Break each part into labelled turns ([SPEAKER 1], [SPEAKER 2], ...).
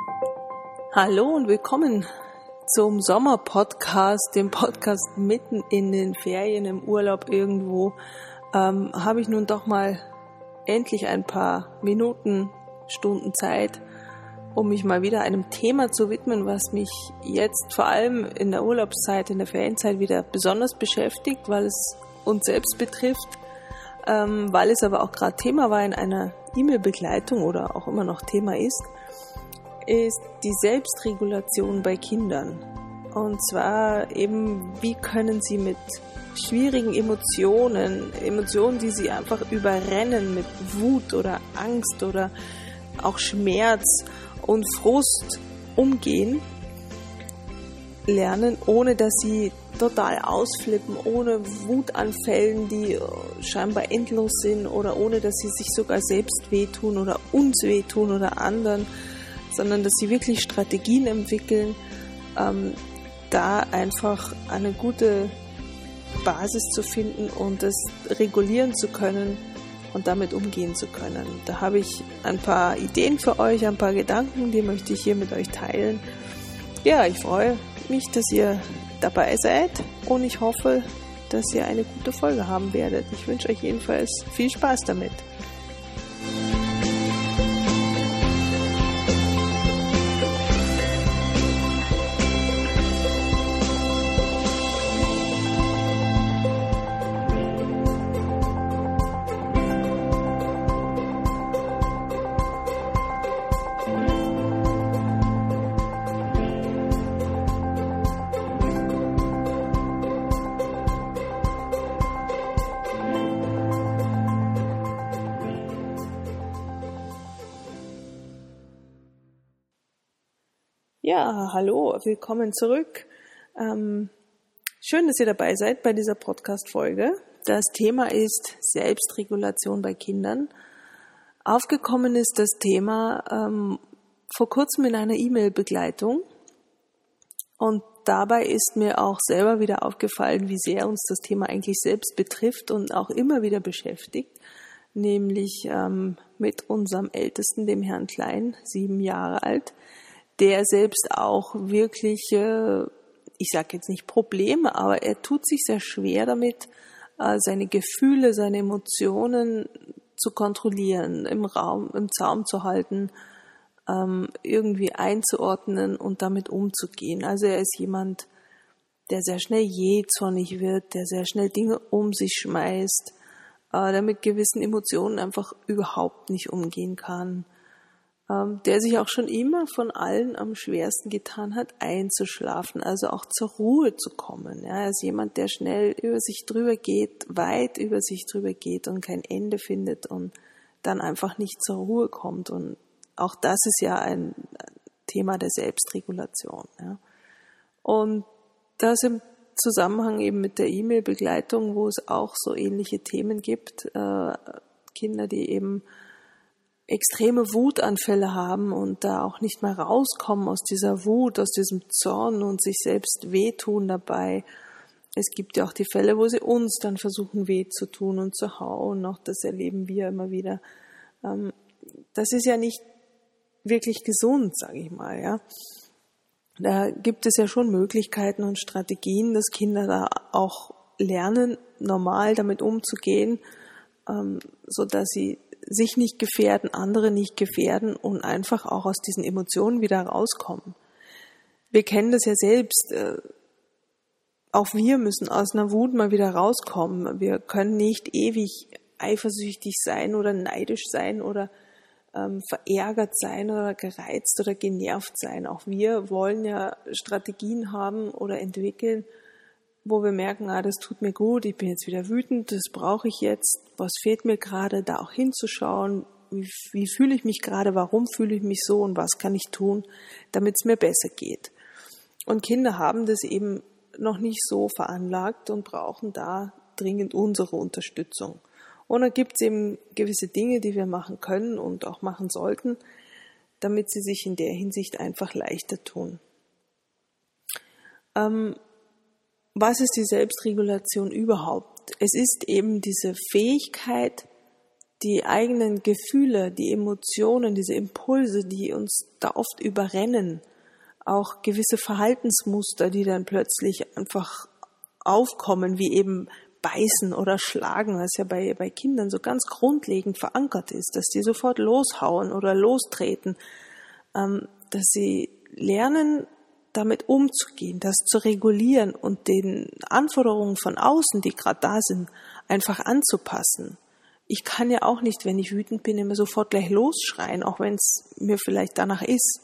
[SPEAKER 1] Hallo und willkommen zum Sommerpodcast, dem Podcast mitten in den Ferien, im Urlaub irgendwo. Habe ich nun doch mal endlich ein paar Minuten, Stunden Zeit, um mich mal wieder einem Thema zu widmen, was mich jetzt vor allem in der Urlaubszeit, in der Ferienzeit wieder besonders beschäftigt, weil es uns selbst betrifft, weil es aber auch gerade Thema war in einer E-Mail-Begleitung oder auch immer noch Thema ist die Selbstregulation bei Kindern. Und zwar eben, wie können sie mit schwierigen Emotionen, die sie einfach überrennen mit Wut oder Angst oder auch Schmerz und Frust umgehen, lernen, ohne dass sie total ausflippen, ohne Wutanfällen, die scheinbar endlos sind, oder ohne dass sie sich sogar selbst wehtun oder uns wehtun oder anderen, sondern dass sie wirklich Strategien entwickeln, da einfach eine gute Basis zu finden und das regulieren zu können und damit umgehen zu können. Da habe ich ein paar Ideen für euch, ein paar Gedanken, die möchte ich hier mit euch teilen. Ja, ich freue mich, dass ihr dabei seid und ich hoffe, dass ihr eine gute Folge haben werdet. Ich wünsche euch jedenfalls viel Spaß damit. Ja, hallo, willkommen zurück. Schön, dass ihr dabei seid bei dieser Podcast-Folge. Das Thema ist Selbstregulation bei Kindern. Aufgekommen ist das Thema vor kurzem in einer E-Mail-Begleitung. Und dabei ist mir auch selber wieder aufgefallen, wie sehr uns das Thema eigentlich selbst betrifft und auch immer wieder beschäftigt. Nämlich mit unserem Ältesten, dem Herrn Klein, 7 Jahre alt, der selbst auch wirklich, ich sage jetzt nicht Probleme, aber er tut sich sehr schwer damit, seine Gefühle, seine Emotionen zu kontrollieren, im Zaum zu halten, irgendwie einzuordnen und damit umzugehen. Also er ist jemand, der sehr schnell jähzornig wird, der sehr schnell Dinge um sich schmeißt, der mit gewissen Emotionen einfach überhaupt nicht umgehen kann. Der sich auch schon immer von allen am schwersten getan hat, einzuschlafen, also auch zur Ruhe zu kommen. Ja, er ist jemand, der schnell über sich drüber geht, weit über sich drüber geht und kein Ende findet und dann einfach nicht zur Ruhe kommt. Und auch das ist ja ein Thema der Selbstregulation. Ja. Und das im Zusammenhang eben mit der E-Mail-Begleitung, wo es auch so ähnliche Themen gibt, Kinder, die eben extreme Wutanfälle haben und da auch nicht mehr rauskommen aus dieser Wut, aus diesem Zorn und sich selbst wehtun dabei. Es gibt ja auch die Fälle, wo sie uns dann versuchen weh zu tun und zu hauen. Auch das erleben wir immer wieder. Das ist ja nicht wirklich gesund, sage ich mal. Ja. Da gibt es ja schon Möglichkeiten und Strategien, dass Kinder da auch lernen, normal damit umzugehen, so dass sie sich nicht gefährden, andere nicht gefährden und einfach auch aus diesen Emotionen wieder rauskommen. Wir kennen das ja selbst. Auch wir müssen aus einer Wut mal wieder rauskommen. Wir können nicht ewig eifersüchtig sein oder neidisch sein oder verärgert sein oder gereizt oder genervt sein. Auch wir wollen ja Strategien haben oder entwickeln, wo wir merken, das tut mir gut, ich bin jetzt wieder wütend, das brauche ich jetzt, was fehlt mir gerade, da auch hinzuschauen, wie fühle ich mich gerade, warum fühle ich mich so und was kann ich tun, damit es mir besser geht. Und Kinder haben das eben noch nicht so veranlagt und brauchen da dringend unsere Unterstützung. Und da gibt es eben gewisse Dinge, die wir machen können und auch machen sollten, damit sie sich in der Hinsicht einfach leichter tun. Was ist die Selbstregulation überhaupt? Es ist eben diese Fähigkeit, die eigenen Gefühle, die Emotionen, diese Impulse, die uns da oft überrennen, auch gewisse Verhaltensmuster, die dann plötzlich einfach aufkommen, wie eben beißen oder schlagen, was ja bei Kindern so ganz grundlegend verankert ist, dass die sofort loshauen oder lostreten, dass sie lernen, damit umzugehen, das zu regulieren und den Anforderungen von außen, die gerade da sind, einfach anzupassen. Ich kann ja auch nicht, wenn ich wütend bin, immer sofort gleich losschreien, auch wenn es mir vielleicht danach ist.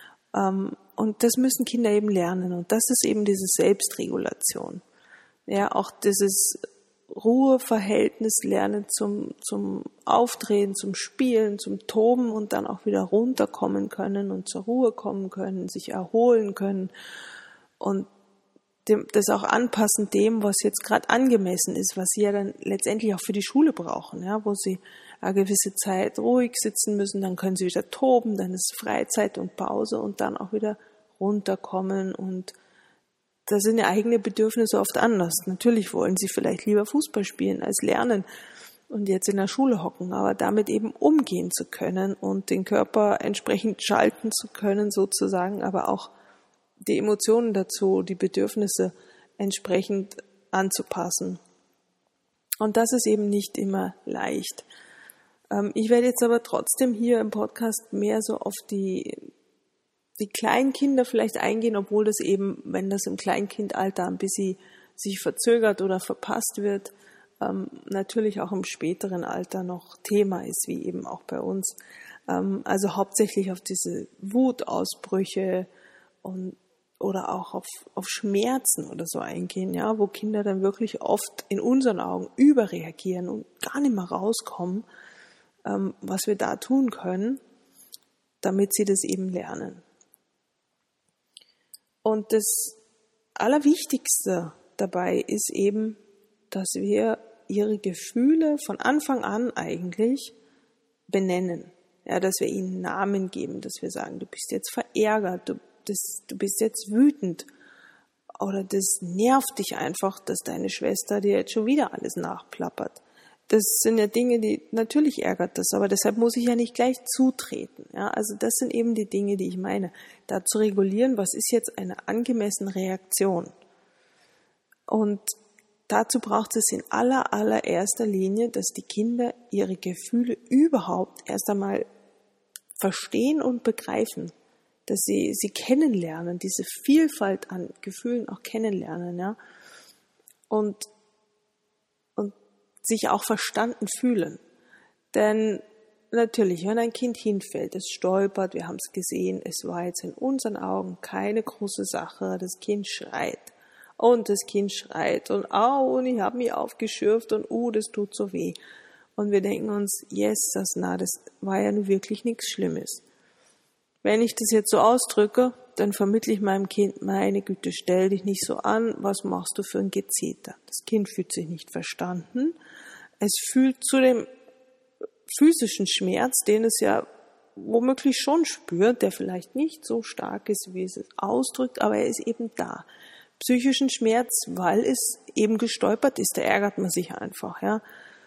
[SPEAKER 1] Und das müssen Kinder eben lernen. Und das ist eben diese Selbstregulation. Ja, auch dieses Ruheverhältnis lernen zum Aufdrehen, zum Spielen, zum Toben und dann auch wieder runterkommen können und zur Ruhe kommen können, sich erholen können und das auch anpassen dem, was jetzt gerade angemessen ist, was sie ja dann letztendlich auch für die Schule brauchen, ja, wo sie eine gewisse Zeit ruhig sitzen müssen, dann können sie wieder toben, dann ist Freizeit und Pause und dann auch wieder runterkommen und da sind ja eigene Bedürfnisse oft anders. Natürlich wollen sie vielleicht lieber Fußball spielen als lernen und jetzt in der Schule hocken, aber damit eben umgehen zu können und den Körper entsprechend schalten zu können sozusagen, aber auch die Emotionen dazu, die Bedürfnisse entsprechend anzupassen. Und das ist eben nicht immer leicht. Ich werde jetzt aber trotzdem hier im Podcast mehr so auf die kleinen Kinder vielleicht eingehen, obwohl das eben, wenn das im Kleinkindalter ein bisschen sich verzögert oder verpasst wird, natürlich auch im späteren Alter noch Thema ist, wie eben auch bei uns. Also hauptsächlich auf diese Wutausbrüche oder auch auf Schmerzen oder so eingehen, ja, wo Kinder dann wirklich oft in unseren Augen überreagieren und gar nicht mehr rauskommen, was wir da tun können, damit sie das eben lernen. Und das Allerwichtigste dabei ist eben, dass wir ihre Gefühle von Anfang an eigentlich benennen. Ja, dass wir ihnen Namen geben, dass wir sagen, du bist jetzt verärgert, du bist jetzt wütend oder das nervt dich einfach, dass deine Schwester dir jetzt schon wieder alles nachplappert. Das sind ja Dinge, die, natürlich ärgert das, aber deshalb muss ich ja nicht gleich zutreten. Ja, also das sind eben die Dinge, die ich meine. Da zu regulieren, was ist jetzt eine angemessene Reaktion? Und dazu braucht es in allererster Linie, dass die Kinder ihre Gefühle überhaupt erst einmal verstehen und begreifen. Dass sie kennenlernen, diese Vielfalt an Gefühlen auch kennenlernen, ja. Und sich auch verstanden fühlen. Denn natürlich, wenn ein Kind hinfällt, es stolpert, wir haben es gesehen, es war jetzt in unseren Augen keine große Sache, das Kind schreit und das Kind schreit und au, und ich habe mich aufgeschürft und das tut so weh. Und wir denken uns, yes, das war ja nun wirklich nichts Schlimmes. Wenn ich das jetzt so ausdrücke, dann vermittle ich meinem Kind, meine Güte, stell dich nicht so an, was machst du für ein Gezeter? Das Kind fühlt sich nicht verstanden. Es fühlt zu dem physischen Schmerz, den es ja womöglich schon spürt, der vielleicht nicht so stark ist, wie es ausdrückt, aber er ist eben da. Psychischen Schmerz, weil es eben gestolpert ist, da ärgert man sich einfach, ja.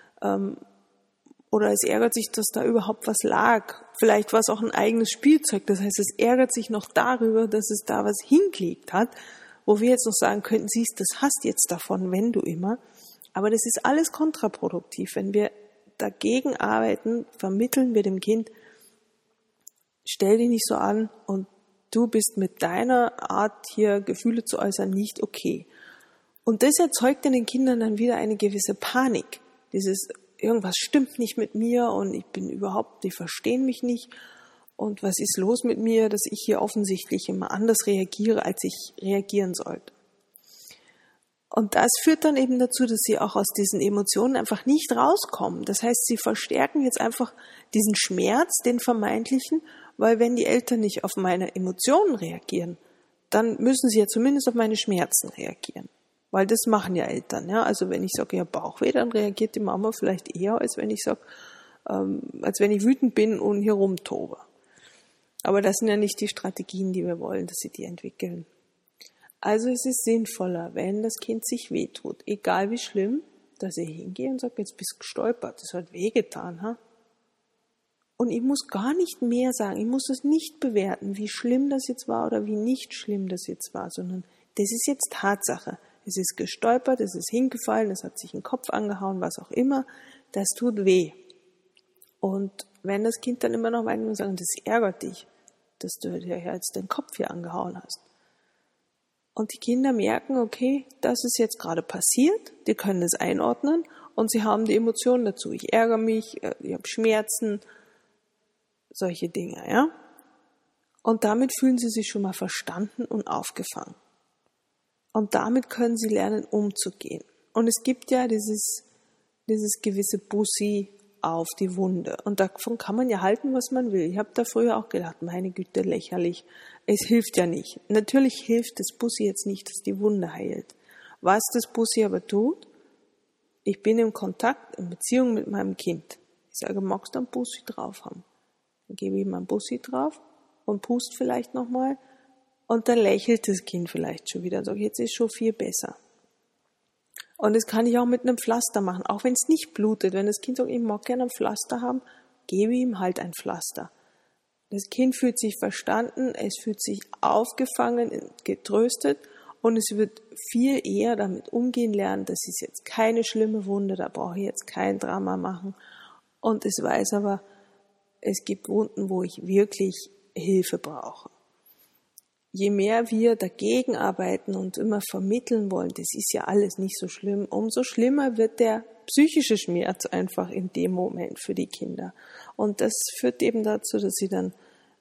[SPEAKER 1] Oder es ärgert sich, dass da überhaupt was lag. Vielleicht war es auch ein eigenes Spielzeug. Das heißt, es ärgert sich noch darüber, dass es da was hingelegt hat, wo wir jetzt noch sagen könnten, siehst, das hast jetzt davon, wenn du immer. Aber das ist alles kontraproduktiv. Wenn wir dagegen arbeiten, vermitteln wir dem Kind, stell dich nicht so an und du bist mit deiner Art, hier Gefühle zu äußern, nicht okay. Und das erzeugt in den Kindern dann wieder eine gewisse Panik. Dieses irgendwas stimmt nicht mit mir und die verstehen mich nicht und was ist los mit mir, dass ich hier offensichtlich immer anders reagiere, als ich reagieren sollte. Und das führt dann eben dazu, dass sie auch aus diesen Emotionen einfach nicht rauskommen. Das heißt, sie verstärken jetzt einfach diesen Schmerz, den vermeintlichen, weil wenn die Eltern nicht auf meine Emotionen reagieren, dann müssen sie ja zumindest auf meine Schmerzen reagieren. Weil das machen ja Eltern, ja. Also wenn ich sage, ja, Bauchweh, dann reagiert die Mama vielleicht eher, als wenn ich sage, als wenn ich wütend bin und hier rumtobe. Aber das sind ja nicht die Strategien, die wir wollen, dass sie die entwickeln. Also es ist sinnvoller, wenn das Kind sich wehtut, egal wie schlimm, dass ich hingehe und sage, jetzt bist du gestolpert, das hat wehgetan, ha? Und ich muss gar nicht mehr sagen, ich muss es nicht bewerten, wie schlimm das jetzt war oder wie nicht schlimm das jetzt war, sondern das ist jetzt Tatsache. Es ist gestolpert, es ist hingefallen, es hat sich den Kopf angehauen, was auch immer, das tut weh. Und wenn das Kind dann immer noch weint und sagt, das ärgert dich, dass du dir jetzt den Kopf hier angehauen hast. Und die Kinder merken, okay, das ist jetzt gerade passiert, die können es einordnen und sie haben die Emotionen dazu. Ich ärgere mich, ich habe Schmerzen, solche Dinge, ja. Und damit fühlen sie sich schon mal verstanden und aufgefangen. Und damit können sie lernen, umzugehen. Und es gibt ja dieses gewisse Bussi auf die Wunde. Und davon kann man ja halten, was man will. Ich habe da früher auch gedacht, meine Güte, lächerlich. Es hilft ja nicht. Natürlich hilft das Bussi jetzt nicht, dass die Wunde heilt. Was das Bussi aber tut, ich bin im Kontakt, in Beziehung mit meinem Kind. Ich sage, magst du einen Bussi drauf haben? Dann gebe ich ihm einen Bussi drauf und pust vielleicht nochmal. Und dann lächelt das Kind vielleicht schon wieder und sagt, jetzt ist schon viel besser. Und das kann ich auch mit einem Pflaster machen, auch wenn es nicht blutet. Wenn das Kind sagt, ich mag gerne ein Pflaster haben, gebe ich ihm halt ein Pflaster. Das Kind fühlt sich verstanden, es fühlt sich aufgefangen, getröstet und es wird viel eher damit umgehen lernen, das ist jetzt keine schlimme Wunde, da brauche ich jetzt kein Drama machen. Und es weiß aber, es gibt Wunden, wo ich wirklich Hilfe brauche. Je mehr wir dagegen arbeiten und immer vermitteln wollen, das ist ja alles nicht so schlimm, umso schlimmer wird der psychische Schmerz einfach in dem Moment für die Kinder. Und das führt eben dazu, dass sie dann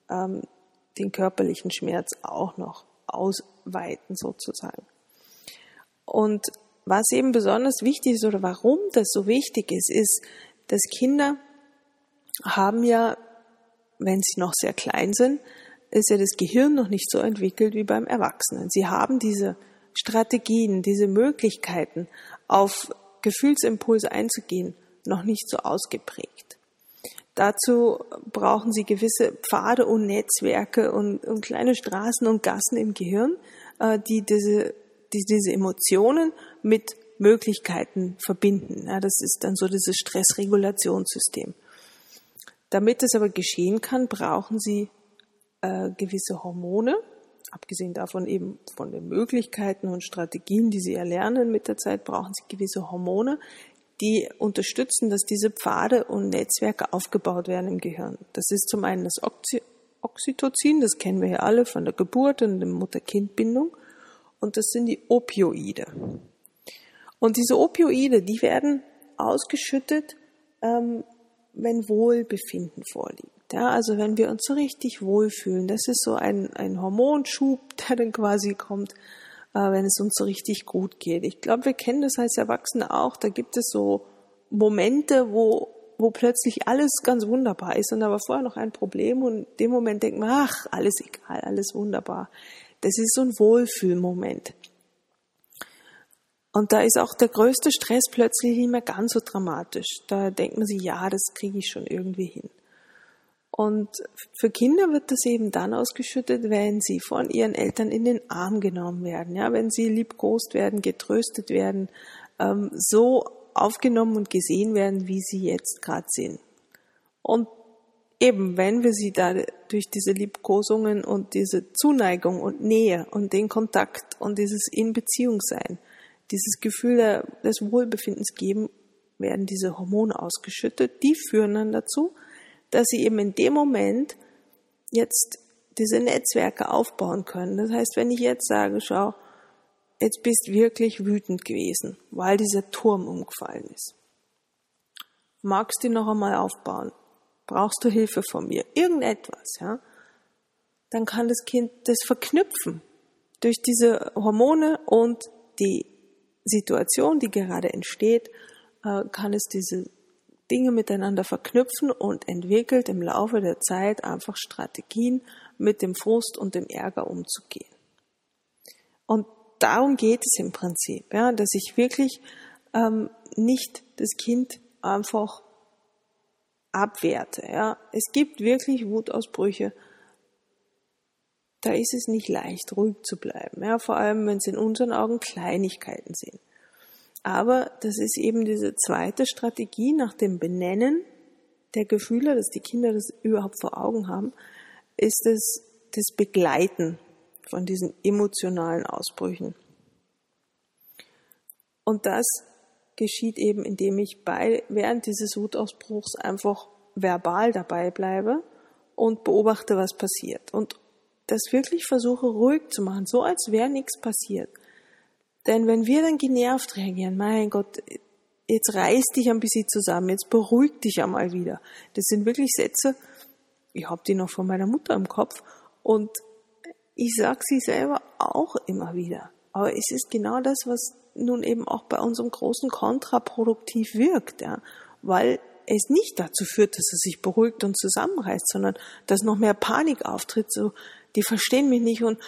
[SPEAKER 1] den körperlichen Schmerz auch noch ausweiten sozusagen. Und was eben besonders wichtig ist oder warum das so wichtig ist, ist, dass Kinder haben ja, wenn sie noch sehr klein sind, ist ja das Gehirn noch nicht so entwickelt wie beim Erwachsenen. Sie haben diese Strategien, diese Möglichkeiten, auf Gefühlsimpulse einzugehen, noch nicht so ausgeprägt. Dazu brauchen sie gewisse Pfade und Netzwerke und kleine Straßen und Gassen im Gehirn, die diese Emotionen mit Möglichkeiten verbinden. Ja, das ist dann so dieses Stressregulationssystem. Damit es aber geschehen kann, brauchen sie gewisse Hormone, abgesehen davon eben von den Möglichkeiten und Strategien, die sie erlernen mit der Zeit, brauchen sie gewisse Hormone, die unterstützen, dass diese Pfade und Netzwerke aufgebaut werden im Gehirn. Das ist zum einen das Oxytocin, das kennen wir ja alle von der Geburt und der Mutter-Kind-Bindung, und das sind die Opioide. Und diese Opioide, die werden ausgeschüttet, wenn Wohlbefinden vorliegt. Ja, also wenn wir uns so richtig wohlfühlen, das ist so ein Hormonschub, der dann quasi kommt, wenn es uns so richtig gut geht. Ich glaube, wir kennen das als Erwachsene auch. Da gibt es so Momente, wo plötzlich alles ganz wunderbar ist und da war vorher noch ein Problem und in dem Moment denkt man, ach, alles egal, alles wunderbar. Das ist so ein Wohlfühlmoment. Und da ist auch der größte Stress plötzlich nicht mehr ganz so dramatisch. Da denkt man sich, ja, das kriege ich schon irgendwie hin. Und für Kinder wird das eben dann ausgeschüttet, wenn sie von ihren Eltern in den Arm genommen werden, ja, wenn sie liebkost werden, getröstet werden, so aufgenommen und gesehen werden, wie sie jetzt gerade sind. Und eben, wenn wir sie da durch diese Liebkosungen und diese Zuneigung und Nähe und den Kontakt und dieses In-Beziehung-Sein, dieses Gefühl des Wohlbefindens geben, werden diese Hormone ausgeschüttet, die führen dann dazu, dass sie eben in dem Moment jetzt diese Netzwerke aufbauen können. Das heißt, wenn ich jetzt sage, schau, jetzt bist wirklich wütend gewesen, weil dieser Turm umgefallen ist. Magst du ihn noch einmal aufbauen? Brauchst du Hilfe von mir? Irgendetwas, ja? Dann kann das Kind das verknüpfen. Durch diese Hormone und die Situation, die gerade entsteht, kann es diese Dinge miteinander verknüpfen und entwickelt im Laufe der Zeit einfach Strategien, mit dem Frust und dem Ärger umzugehen. Und darum geht es im Prinzip, ja, dass ich wirklich nicht das Kind einfach abwerte. Ja. Es gibt wirklich Wutausbrüche, da ist es nicht leicht, ruhig zu bleiben, ja, vor allem wenn es in unseren Augen Kleinigkeiten sind. Aber das ist eben diese zweite Strategie nach dem Benennen der Gefühle, dass die Kinder das überhaupt vor Augen haben, ist es das Begleiten von diesen emotionalen Ausbrüchen. Und das geschieht eben, indem ich während dieses Wutausbruchs einfach verbal dabei bleibe und beobachte, was passiert. Und das wirklich versuche ruhig zu machen, so als wäre nichts passiert. Denn wenn wir dann genervt reagieren, mein Gott, jetzt reiß dich ein bisschen zusammen, jetzt beruhig dich einmal wieder. Das sind wirklich Sätze, ich habe die noch von meiner Mutter im Kopf und ich sage sie selber auch immer wieder. Aber es ist genau das, was nun eben auch bei unserem Großen kontraproduktiv wirkt, ja, weil es nicht dazu führt, dass er sich beruhigt und zusammenreißt, sondern dass noch mehr Panik auftritt, so, die verstehen mich nicht und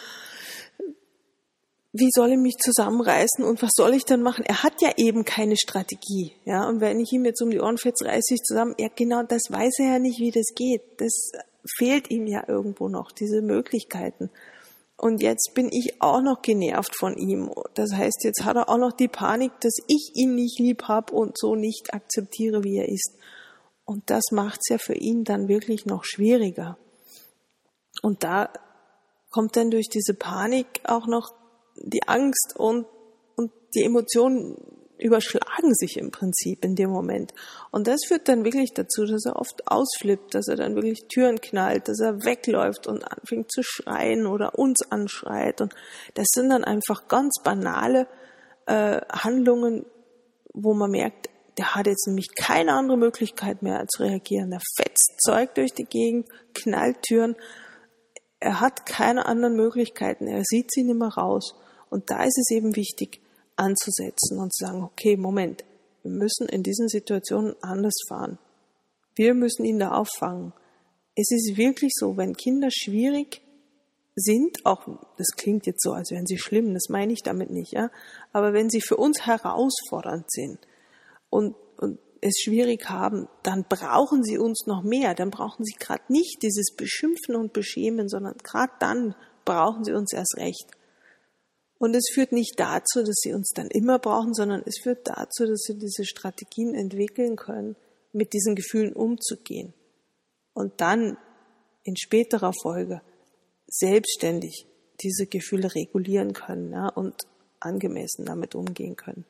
[SPEAKER 1] wie soll ich mich zusammenreißen und was soll ich dann machen? Er hat ja eben keine Strategie, ja, und wenn ich ihm jetzt um die Ohren fetze, reiße ich zusammen, ja genau, das weiß er ja nicht, wie das geht, das fehlt ihm ja irgendwo noch, diese Möglichkeiten. Und jetzt bin ich auch noch genervt von ihm. Das heißt, jetzt hat er auch noch die Panik, dass ich ihn nicht lieb habe und so nicht akzeptiere, wie er ist. Und das macht es ja für ihn dann wirklich noch schwieriger. Und da kommt dann durch diese Panik auch noch die Angst und die Emotionen überschlagen sich im Prinzip in dem Moment. Und das führt dann wirklich dazu, dass er oft ausflippt, dass er dann wirklich Türen knallt, dass er wegläuft und anfängt zu schreien oder uns anschreit. Und das sind dann einfach ganz banale Handlungen, wo man merkt, der hat jetzt nämlich keine andere Möglichkeit mehr als reagieren. Er fetzt Zeug durch die Gegend, knallt Türen. Er hat keine anderen Möglichkeiten. Er sieht sie nicht mehr raus. Und da ist es eben wichtig, anzusetzen und zu sagen, okay, Moment, wir müssen in diesen Situationen anders fahren. Wir müssen ihn da auffangen. Es ist wirklich so, wenn Kinder schwierig sind, auch, das klingt jetzt so, als wären sie schlimm, das meine ich damit nicht, ja, aber wenn sie für uns herausfordernd sind und es schwierig haben, dann brauchen sie uns noch mehr, dann brauchen sie gerade nicht dieses Beschimpfen und Beschämen, sondern gerade dann brauchen sie uns erst recht. Und es führt nicht dazu, dass sie uns dann immer brauchen, sondern es führt dazu, dass sie diese Strategien entwickeln können, mit diesen Gefühlen umzugehen. Und dann in späterer Folge selbstständig diese Gefühle regulieren können, ja, und angemessen damit umgehen können.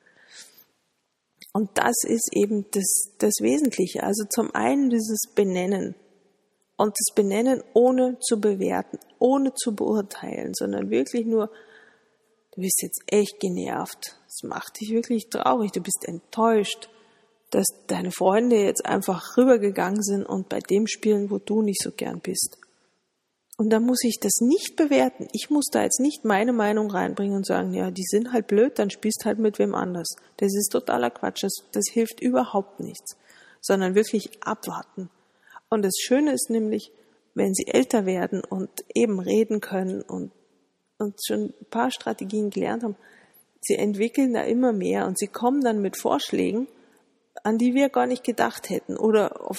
[SPEAKER 1] Und das ist eben das Wesentliche. Also zum einen dieses Benennen. Und das Benennen ohne zu bewerten, ohne zu beurteilen, sondern wirklich nur, du bist jetzt echt genervt. Das macht dich wirklich traurig. Du bist enttäuscht, dass deine Freunde jetzt einfach rübergegangen sind und bei dem spielen, wo du nicht so gern bist. Und da muss ich das nicht bewerten. Ich muss da jetzt nicht meine Meinung reinbringen und sagen, ja, die sind halt blöd, dann spielst halt mit wem anders. Das ist totaler Quatsch. Das hilft überhaupt nichts. Sondern wirklich abwarten. Und das Schöne ist nämlich, wenn sie älter werden und eben reden können und schon ein paar Strategien gelernt haben, sie entwickeln da immer mehr und sie kommen dann mit Vorschlägen, an die wir gar nicht gedacht hätten oder auf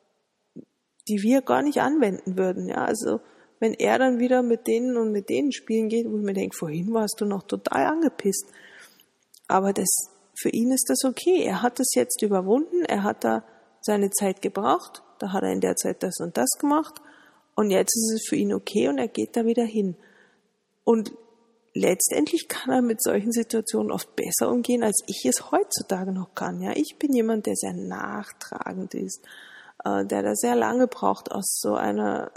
[SPEAKER 1] die wir gar nicht anwenden würden. Ja, also wenn er dann wieder mit denen und mit denen spielen geht, wo ich mir denke, vorhin warst du noch total angepisst. Aber für ihn ist das okay. Er hat das jetzt überwunden, er hat da seine Zeit gebraucht, da hat er in der Zeit das und das gemacht und jetzt ist es für ihn okay und er geht da wieder hin. Und letztendlich kann er mit solchen Situationen oft besser umgehen, als ich es heutzutage noch kann. Ja, ich bin jemand, der sehr nachtragend ist, der da sehr lange braucht, aus seinem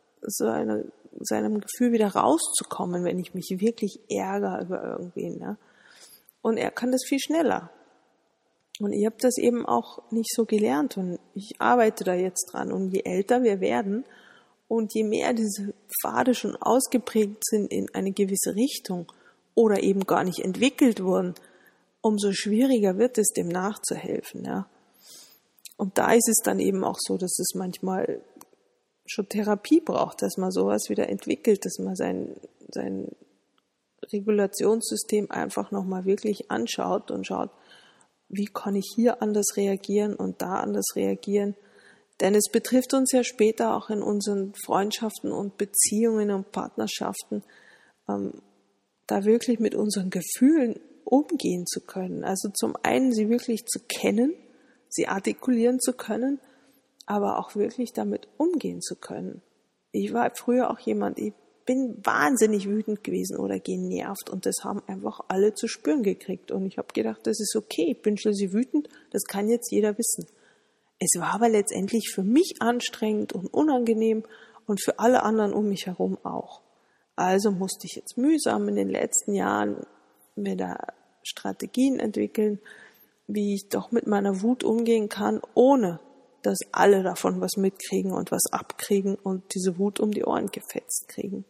[SPEAKER 1] Gefühl wieder rauszukommen, wenn ich mich wirklich ärgere über irgendwen. Ja. Und er kann das viel schneller. Und ich habe das eben auch nicht so gelernt und ich arbeite da jetzt dran. Und je älter wir werden, und je mehr diese Pfade schon ausgeprägt sind in eine gewisse Richtung oder eben gar nicht entwickelt wurden, umso schwieriger wird es, dem nachzuhelfen. Ja. Und da ist es dann eben auch so, dass es manchmal schon Therapie braucht, dass man sowas wieder entwickelt, dass man sein Regulationssystem einfach nochmal wirklich anschaut und schaut, wie kann ich hier anders reagieren und da anders reagieren. Denn es betrifft uns ja später auch in unseren Freundschaften und Beziehungen und Partnerschaften, da wirklich mit unseren Gefühlen umgehen zu können. Also zum einen sie wirklich zu kennen, sie artikulieren zu können, aber auch wirklich damit umgehen zu können. Ich war früher auch jemand, ich bin wahnsinnig wütend gewesen oder genervt und das haben einfach alle zu spüren gekriegt. Und ich habe gedacht, das ist okay, ich bin schließlich wütend, das kann jetzt jeder wissen. Es war aber letztendlich für mich anstrengend und unangenehm und für alle anderen um mich herum auch. Also musste ich jetzt mühsam in den letzten Jahren mir da Strategien entwickeln, wie ich doch mit meiner Wut umgehen kann, ohne dass alle davon was mitkriegen und was abkriegen und diese Wut um die Ohren gefetzt kriegen.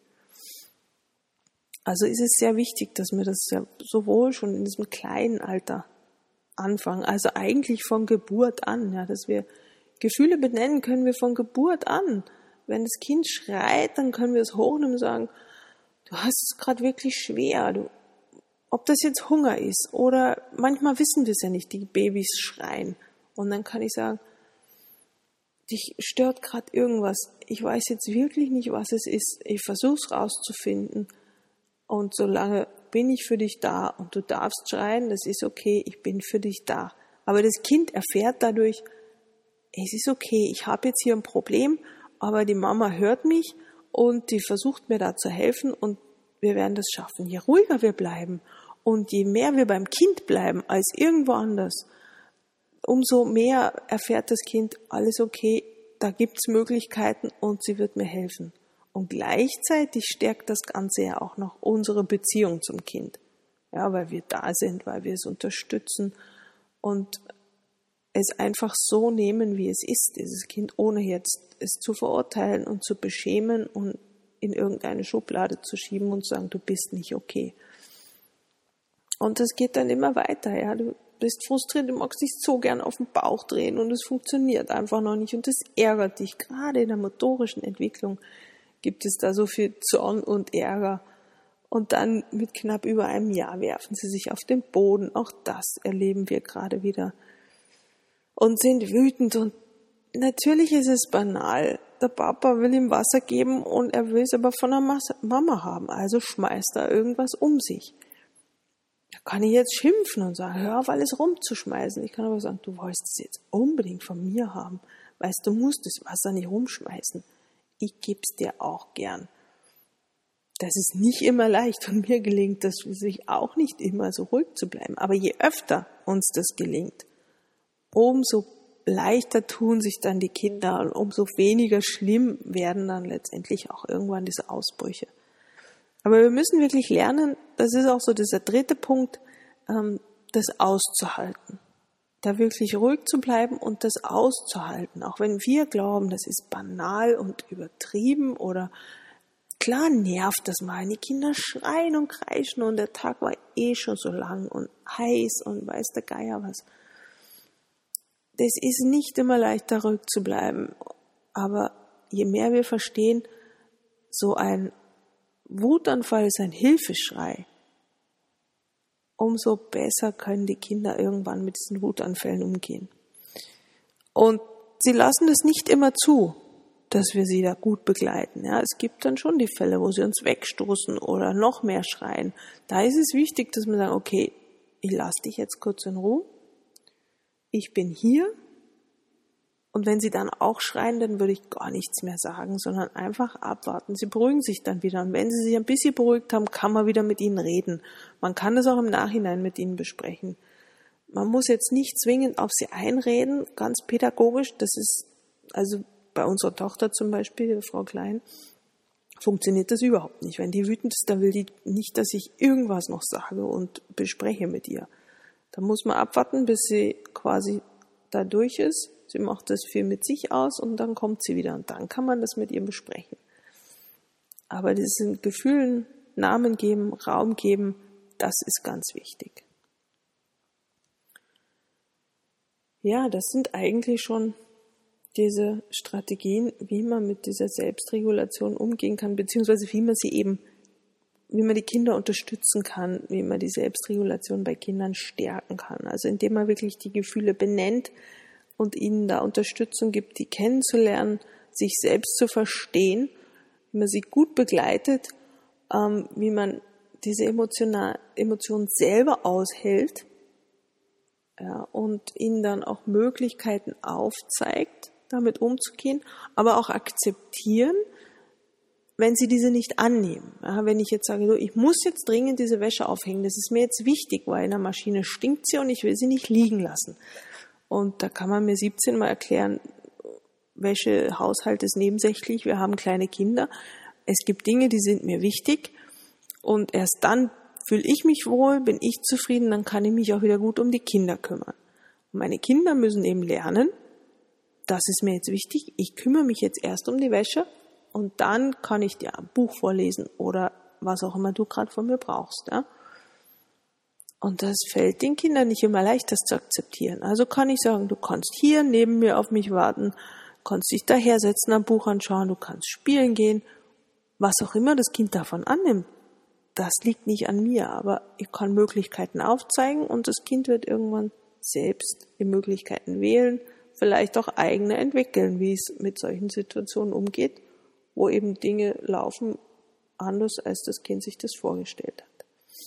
[SPEAKER 1] Also ist es sehr wichtig, dass wir das ja sowohl schon in diesem kleinen Alter anfangen, also eigentlich von Geburt an, ja, dass wir Gefühle benennen können wir von Geburt an. Wenn das Kind schreit, dann können wir es hochnehmen und sagen, du hast es gerade wirklich schwer, ob das jetzt Hunger ist oder manchmal wissen wir es ja nicht, die Babys schreien. Und dann kann ich sagen, dich stört gerade irgendwas. Ich weiß jetzt wirklich nicht, was es ist. Ich versuche es rauszufinden. Und solange bin ich für dich da und du darfst schreien, das ist okay, ich bin für dich da. Aber das Kind erfährt dadurch, es ist okay, ich habe jetzt hier ein Problem, aber die Mama hört mich und die versucht mir da zu helfen und wir werden das schaffen. Je ruhiger wir bleiben und je mehr wir beim Kind bleiben als irgendwo anders, umso mehr erfährt das Kind, alles okay, da gibt's Möglichkeiten und sie wird mir helfen. Und gleichzeitig stärkt das Ganze ja auch noch unsere Beziehung zum Kind. Ja, weil wir da sind, weil wir es unterstützen und es einfach so nehmen, wie es ist, dieses Kind, ohne jetzt es zu verurteilen und zu beschämen und in irgendeine Schublade zu schieben und zu sagen, du bist nicht okay. Und das geht dann immer weiter, ja, du bist frustriert, du magst dich so gern auf den Bauch drehen und es funktioniert einfach noch nicht und das ärgert dich. Gerade in der motorischen Entwicklung gibt es da so viel Zorn und Ärger. Und dann mit knapp über einem Jahr werfen sie sich auf den Boden. Auch das erleben wir gerade wieder. Und sind wütend. Und natürlich ist es banal. Der Papa will ihm Wasser geben und er will es aber von der Mama haben. Also schmeißt er irgendwas um sich. Da kann ich jetzt schimpfen und sagen, hör auf, alles rumzuschmeißen. Ich kann aber sagen, du wolltest es jetzt unbedingt von mir haben. Weißt du, musst das Wasser nicht rumschmeißen. Ich geb's dir auch gern. Das ist nicht immer leicht und mir gelingt das sich auch nicht immer so ruhig zu bleiben. Aber je öfter uns das gelingt, umso leichter tun sich dann die Kinder und umso weniger schlimm werden dann letztendlich auch irgendwann diese Ausbrüche. Aber wir müssen wirklich lernen, das ist auch so dieser dritte Punkt, das auszuhalten. Da wirklich ruhig zu bleiben und das auszuhalten. Auch wenn wir glauben, das ist banal und übertrieben oder klar nervt das mal. Die Kinder schreien und kreischen und der Tag war eh schon so lang und heiß und weiß der Geier was. Das ist nicht immer leicht, da ruhig zu bleiben. Aber je mehr wir verstehen, so ein Wutanfall ist ein Hilfeschrei, umso besser können die Kinder irgendwann mit diesen Wutanfällen umgehen. Und sie lassen es nicht immer zu, dass wir sie da gut begleiten. Ja, es gibt dann schon die Fälle, wo sie uns wegstoßen oder noch mehr schreien. Da ist es wichtig, dass wir sagen, okay, ich lasse dich jetzt kurz in Ruhe. Ich bin hier. Und wenn sie dann auch schreien, dann würde ich gar nichts mehr sagen, sondern einfach abwarten. Sie beruhigen sich dann wieder. Und wenn sie sich ein bisschen beruhigt haben, kann man wieder mit ihnen reden. Man kann das auch im Nachhinein mit ihnen besprechen. Man muss jetzt nicht zwingend auf sie einreden, ganz pädagogisch. Das ist, also bei unserer Tochter zum Beispiel, Frau Klein, funktioniert das überhaupt nicht. Wenn die wütend ist, dann will die nicht, dass ich irgendwas noch sage und bespreche mit ihr. Da muss man abwarten, bis sie quasi da durch ist. Sie macht das viel mit sich aus und dann kommt sie wieder und dann kann man das mit ihr besprechen. Aber diesen Gefühlen Namen geben, Raum geben, das ist ganz wichtig. Ja, das sind eigentlich schon diese Strategien, wie man mit dieser Selbstregulation umgehen kann, beziehungsweise wie man die Kinder unterstützen kann, wie man die Selbstregulation bei Kindern stärken kann. Also indem man wirklich die Gefühle benennt und ihnen da Unterstützung gibt, die kennenzulernen, sich selbst zu verstehen, wie man sie gut begleitet, wie man diese Emotion selber aushält, ja, und ihnen dann auch Möglichkeiten aufzeigt, damit umzugehen, aber auch akzeptieren, wenn sie diese nicht annehmen. Ja, wenn ich jetzt sage, so, ich muss jetzt dringend diese Wäsche aufhängen, das ist mir jetzt wichtig, weil in der Maschine stinkt sie und ich will sie nicht liegen lassen. Und da kann man mir 17 Mal erklären, Wäschehaushalt ist nebensächlich, wir haben kleine Kinder, es gibt Dinge, die sind mir wichtig und erst dann fühle ich mich wohl, bin ich zufrieden, dann kann ich mich auch wieder gut um die Kinder kümmern. Und meine Kinder müssen eben lernen, das ist mir jetzt wichtig, ich kümmere mich jetzt erst um die Wäsche und dann kann ich dir ein Buch vorlesen oder was auch immer du gerade von mir brauchst. Ja? Und das fällt den Kindern nicht immer leicht, das zu akzeptieren. Also kann ich sagen, du kannst hier neben mir auf mich warten, kannst dich daher setzen, ein Buch anschauen, du kannst spielen gehen, was auch immer das Kind davon annimmt. Das liegt nicht an mir, aber ich kann Möglichkeiten aufzeigen und das Kind wird irgendwann selbst die Möglichkeiten wählen, vielleicht auch eigene entwickeln, wie es mit solchen Situationen umgeht, wo eben Dinge laufen anders, als das Kind sich das vorgestellt hat.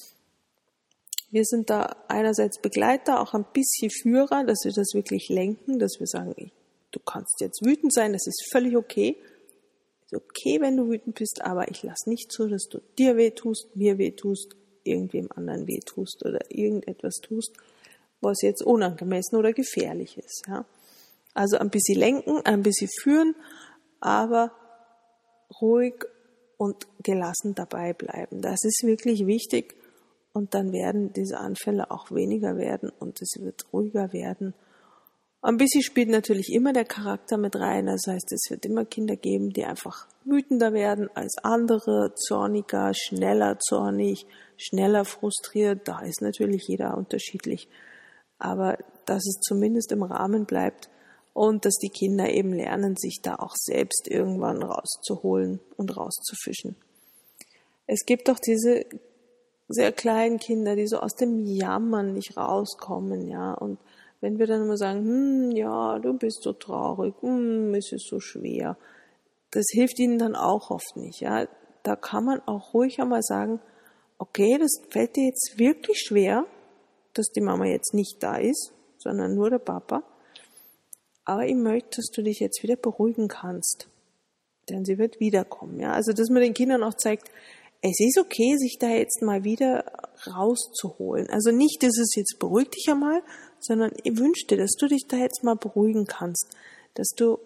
[SPEAKER 1] Wir sind da einerseits Begleiter, auch ein bisschen Führer, dass wir das wirklich lenken, dass wir sagen, du kannst jetzt wütend sein, das ist völlig okay. Es ist okay, wenn du wütend bist, aber ich lasse nicht zu, dass du dir wehtust, mir wehtust, irgendwem anderen wehtust oder irgendetwas tust, was jetzt unangemessen oder gefährlich ist. Ja? Also ein bisschen lenken, ein bisschen führen, aber ruhig und gelassen dabei bleiben. Das ist wirklich wichtig. Und dann werden diese Anfälle auch weniger werden und es wird ruhiger werden. Ein bisschen spielt natürlich immer der Charakter mit rein. Das heißt, es wird immer Kinder geben, die einfach wütender werden als andere, zorniger, schneller zornig, schneller frustriert. Da ist natürlich jeder unterschiedlich. Aber dass es zumindest im Rahmen bleibt und dass die Kinder eben lernen, sich da auch selbst irgendwann rauszuholen und rauszufischen. Es gibt auch diese sehr kleinen Kinder, die so aus dem Jammern nicht rauskommen, ja. Und wenn wir dann immer sagen, ja, du bist so traurig, es ist so schwer, das hilft ihnen dann auch oft nicht, ja. Da kann man auch ruhig einmal sagen, okay, das fällt dir jetzt wirklich schwer, dass die Mama jetzt nicht da ist, sondern nur der Papa. Aber ich möchte, dass du dich jetzt wieder beruhigen kannst, denn sie wird wiederkommen, ja. Also, dass man den Kindern auch zeigt, es ist okay, sich da jetzt mal wieder rauszuholen. Also nicht, dass es jetzt beruhigt dich einmal, sondern ich wünsche dir, dass du dich da jetzt mal beruhigen kannst, dass du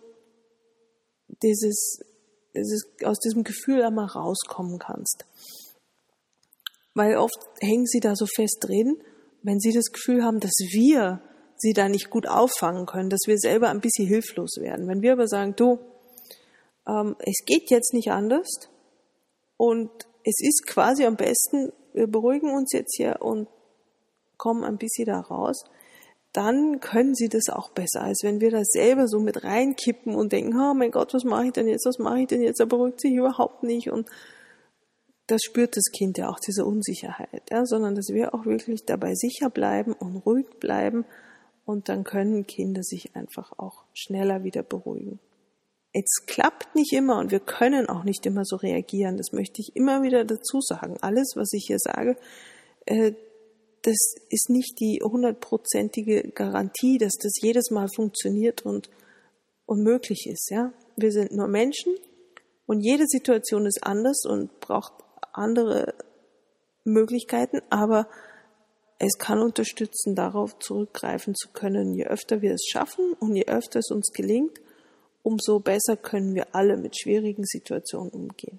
[SPEAKER 1] aus diesem Gefühl einmal rauskommen kannst. Weil oft hängen sie da so fest drin, wenn sie das Gefühl haben, dass wir sie da nicht gut auffangen können, dass wir selber ein bisschen hilflos werden. Wenn wir aber sagen, du, es geht jetzt nicht anders und es ist quasi am besten, wir beruhigen uns jetzt hier und kommen ein bisschen da raus, dann können sie das auch besser, als wenn wir da selber so mit reinkippen und denken, oh mein Gott, was mache ich denn jetzt, er beruhigt sich überhaupt nicht und das spürt das Kind ja auch, diese Unsicherheit, ja, sondern dass wir auch wirklich dabei sicher bleiben und ruhig bleiben und dann können Kinder sich einfach auch schneller wieder beruhigen. Es klappt nicht immer und wir können auch nicht immer so reagieren. Das möchte ich immer wieder dazu sagen. Alles, was ich hier sage, das ist nicht die 100%ige Garantie, dass das jedes Mal funktioniert und möglich ist. Ja? Wir sind nur Menschen und jede Situation ist anders und braucht andere Möglichkeiten, aber es kann unterstützen, darauf zurückgreifen zu können. Je öfter wir es schaffen und je öfter es uns gelingt, umso besser können wir alle mit schwierigen Situationen umgehen.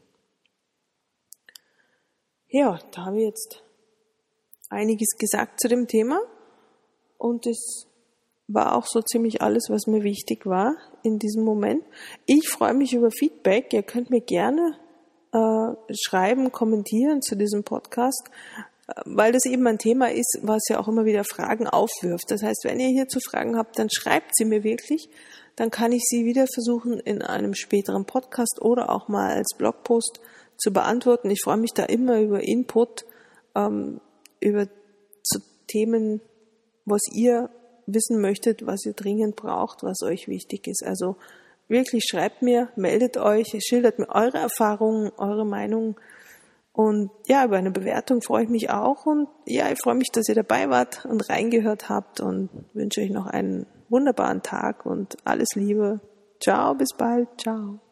[SPEAKER 1] Ja, da habe ich jetzt einiges gesagt zu dem Thema und es war auch so ziemlich alles, was mir wichtig war in diesem Moment. Ich freue mich über Feedback. Ihr könnt mir gerne schreiben, kommentieren zu diesem Podcast, weil das eben ein Thema ist, was ja auch immer wieder Fragen aufwirft. Das heißt, wenn ihr hierzu Fragen habt, dann schreibt sie mir wirklich. Dann kann ich sie wieder versuchen, in einem späteren Podcast oder auch mal als Blogpost zu beantworten. Ich freue mich da immer über Input, über zu Themen, was ihr wissen möchtet, was ihr dringend braucht, was euch wichtig ist. Also wirklich schreibt mir, meldet euch, schildert mir eure Erfahrungen, eure Meinung, Und ja, über eine Bewertung freue ich mich auch. Und ja, ich freue mich, dass ihr dabei wart und reingehört habt und wünsche euch noch einen wunderbaren Tag und alles Liebe. Ciao, bis bald. Ciao.